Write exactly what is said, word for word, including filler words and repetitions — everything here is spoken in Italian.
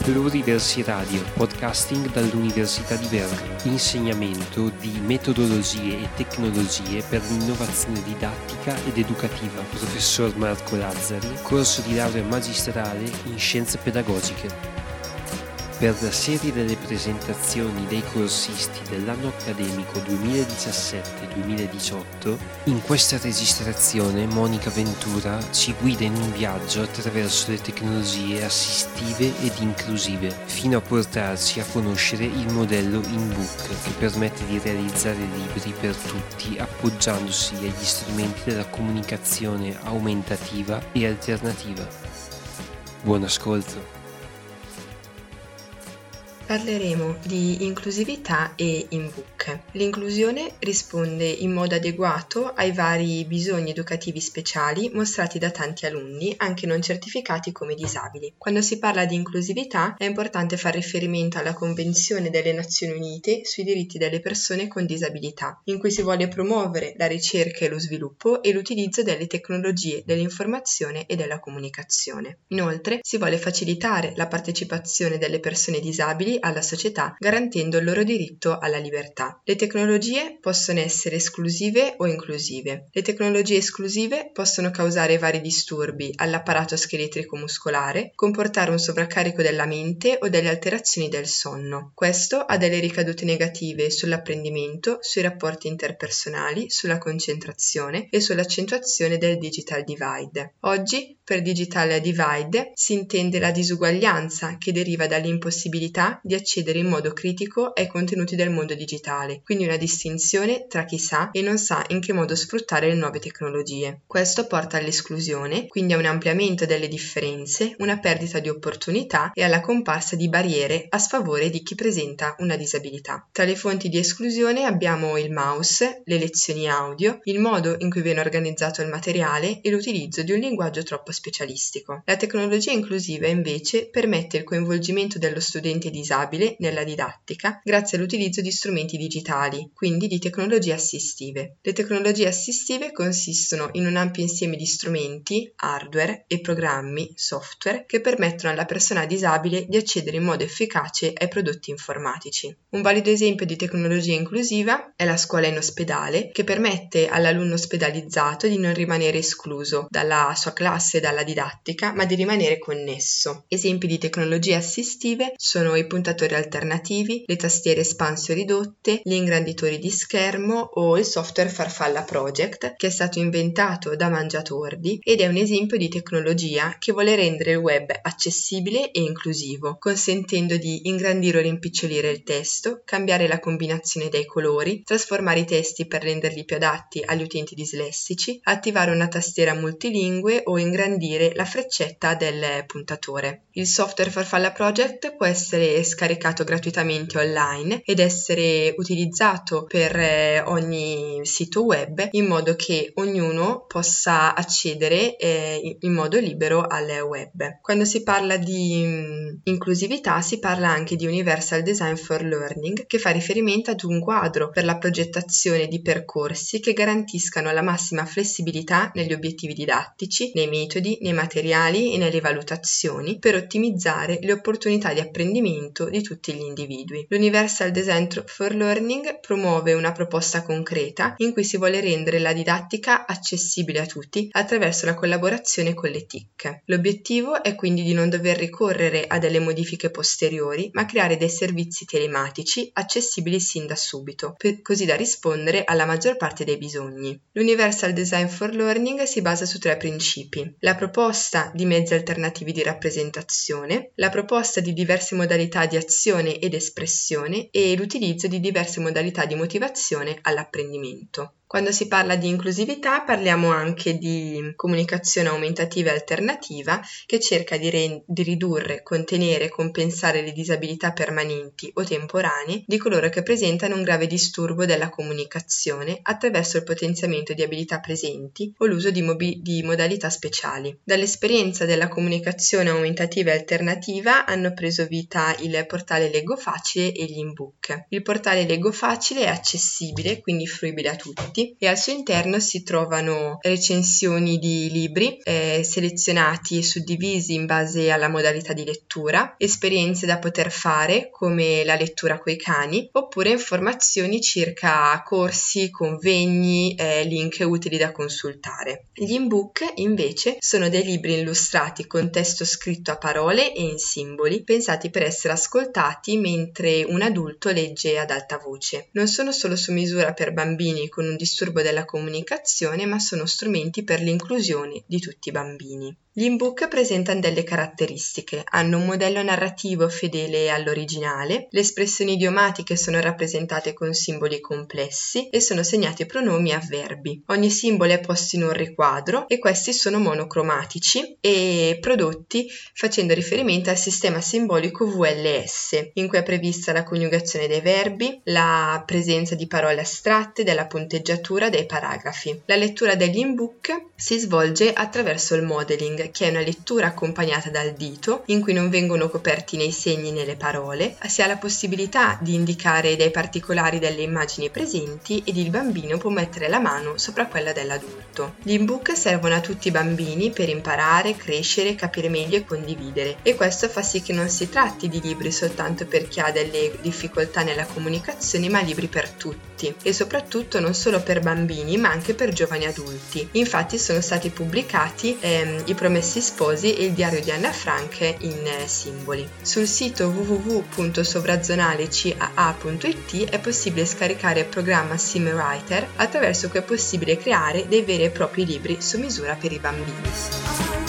Pluriversi Radio, podcasting dall'Università di Verga, insegnamento di metodologie e tecnologie per l'innovazione didattica ed educativa, professor Marco Lazzari, corso di laurea magistrale in scienze pedagogiche. Per la serie delle presentazioni dei corsisti dell'anno accademico duemiladiciassette duemiladiciotto, in questa registrazione Monica Ventura ci guida in un viaggio attraverso le tecnologie assistive ed inclusive, fino a portarci a conoscere il modello in-book che permette di realizzare libri per tutti appoggiandosi agli strumenti della comunicazione aumentativa e alternativa. Buon ascolto! Parleremo di inclusività e in-book. L'inclusione risponde in modo adeguato ai vari bisogni educativi speciali mostrati da tanti alunni, anche non certificati come disabili. Quando si parla di inclusività è importante far riferimento alla Convenzione delle Nazioni Unite sui diritti delle persone con disabilità, in cui si vuole promuovere la ricerca e lo sviluppo e l'utilizzo delle tecnologie dell'informazione e della comunicazione. Inoltre, si vuole facilitare la partecipazione delle persone disabili alla società, garantendo il loro diritto alla libertà. Le tecnologie possono essere esclusive o inclusive. Le tecnologie esclusive possono causare vari disturbi all'apparato scheletrico muscolare, comportare un sovraccarico della mente o delle alterazioni del sonno. Questo ha delle ricadute negative sull'apprendimento, sui rapporti interpersonali, sulla concentrazione e sull'accentuazione del digital divide. Oggi, per digital divide si intende la disuguaglianza che deriva dall'impossibilità di accedere in modo critico ai contenuti del mondo digitale, quindi una distinzione tra chi sa e non sa in che modo sfruttare le nuove tecnologie. Questo porta all'esclusione, quindi a un ampliamento delle differenze, una perdita di opportunità e alla comparsa di barriere a sfavore di chi presenta una disabilità. Tra le fonti di esclusione abbiamo il mouse, le lezioni audio, il modo in cui viene organizzato il materiale e l'utilizzo di un linguaggio troppo specialistico. La tecnologia inclusiva invece permette il coinvolgimento dello studente disabile nella didattica grazie all'utilizzo di strumenti digitali, quindi di tecnologie assistive. Le tecnologie assistive consistono in un ampio insieme di strumenti, hardware e programmi, software, che permettono alla persona disabile di accedere in modo efficace ai prodotti informatici. Un valido esempio di tecnologia inclusiva è la scuola in ospedale, che permette all'alunno ospedalizzato di non rimanere escluso dalla sua classe e dalla didattica, ma di rimanere connesso. Esempi di tecnologie assistive sono i puntatori alternativi, le tastiere espansio ridotte, gli ingranditori di schermo o il software Farfalla Project, che è stato inventato da Mangiatordi ed è un esempio di tecnologia che vuole rendere il web accessibile e inclusivo, consentendo di ingrandire o rimpicciolire il testo, cambiare la combinazione dei colori, trasformare i testi per renderli più adatti agli utenti dislessici, attivare una tastiera multilingue o ingrandire la freccetta del puntatore. Il software Farfalla Project può essere scaricato gratuitamente online ed essere utilizzato per eh, ogni sito web in modo che ognuno possa accedere eh, in modo libero al web. Quando si parla di mh, inclusività si parla anche di Universal Design for Learning, che fa riferimento ad un quadro per la progettazione di percorsi che garantiscano la massima flessibilità negli obiettivi didattici, nei metodi, nei materiali e nelle valutazioni per ottimizzare le opportunità di apprendimento di tutti gli individui. L'Universal Design for Learning promuove una proposta concreta in cui si vuole rendere la didattica accessibile a tutti attraverso la collaborazione con le T I C. L'obiettivo è quindi di non dover ricorrere a delle modifiche posteriori, ma creare dei servizi telematici accessibili sin da subito, per, così da rispondere alla maggior parte dei bisogni. L'Universal Design for Learning si basa su tre principi: la proposta di mezzi alternativi di rappresentazione, la proposta di diverse modalità di azione ed espressione e l'utilizzo di diverse modalità di motivazione all'apprendimento. Quando si parla di inclusività parliamo anche di comunicazione aumentativa e alternativa, che cerca di, re- di ridurre, contenere e compensare le disabilità permanenti o temporanee di coloro che presentano un grave disturbo della comunicazione attraverso il potenziamento di abilità presenti o l'uso di, mobi- di modalità speciali. Dall'esperienza della comunicazione aumentativa e alternativa hanno preso vita il portale Leggo Facile e gli in-book. Il portale Leggo Facile è accessibile, quindi fruibile a tutti, contenuti e al suo interno si trovano recensioni di libri eh, selezionati e suddivisi in base alla modalità di lettura, esperienze da poter fare come la lettura coi cani, oppure informazioni circa corsi, convegni, eh, link utili da consultare. Gli in-book invece sono dei libri illustrati con testo scritto a parole e in simboli, pensati per essere ascoltati mentre un adulto legge ad alta voce. Non sono solo su misura per bambini con un disturbo della comunicazione, ma sono strumenti per l'inclusione di tutti i bambini. Gli in-book presentano delle caratteristiche, hanno un modello narrativo fedele all'originale, le espressioni idiomatiche sono rappresentate con simboli complessi e sono segnati pronomi e avverbi. Ogni simbolo è posto in un riquadro e questi sono monocromatici e prodotti facendo riferimento al sistema simbolico V L S, in cui è prevista la coniugazione dei verbi, la presenza di parole astratte, della punteggiatura dei paragrafi. La lettura degli in-book si svolge attraverso il modeling, che è una lettura accompagnata dal dito, in cui non vengono coperti né i segni né le parole, si ha la possibilità di indicare dei particolari delle immagini presenti ed il bambino può mettere la mano sopra quella dell'adulto. Gli in-book servono a tutti i bambini per imparare, crescere, capire meglio e condividere, e questo fa sì che non si tratti di libri soltanto per chi ha delle difficoltà nella comunicazione, ma libri per tutti e soprattutto non solo per bambini ma anche per giovani adulti. Infatti sono stati pubblicati ehm, i Promessi Sposi e il diario di Anna Frank in eh, simboli. Sul sito w w w punto sovrazzonale.caa punto i t è possibile scaricare il programma SimWriter, attraverso cui è possibile creare dei veri e propri libri su misura per i bambini.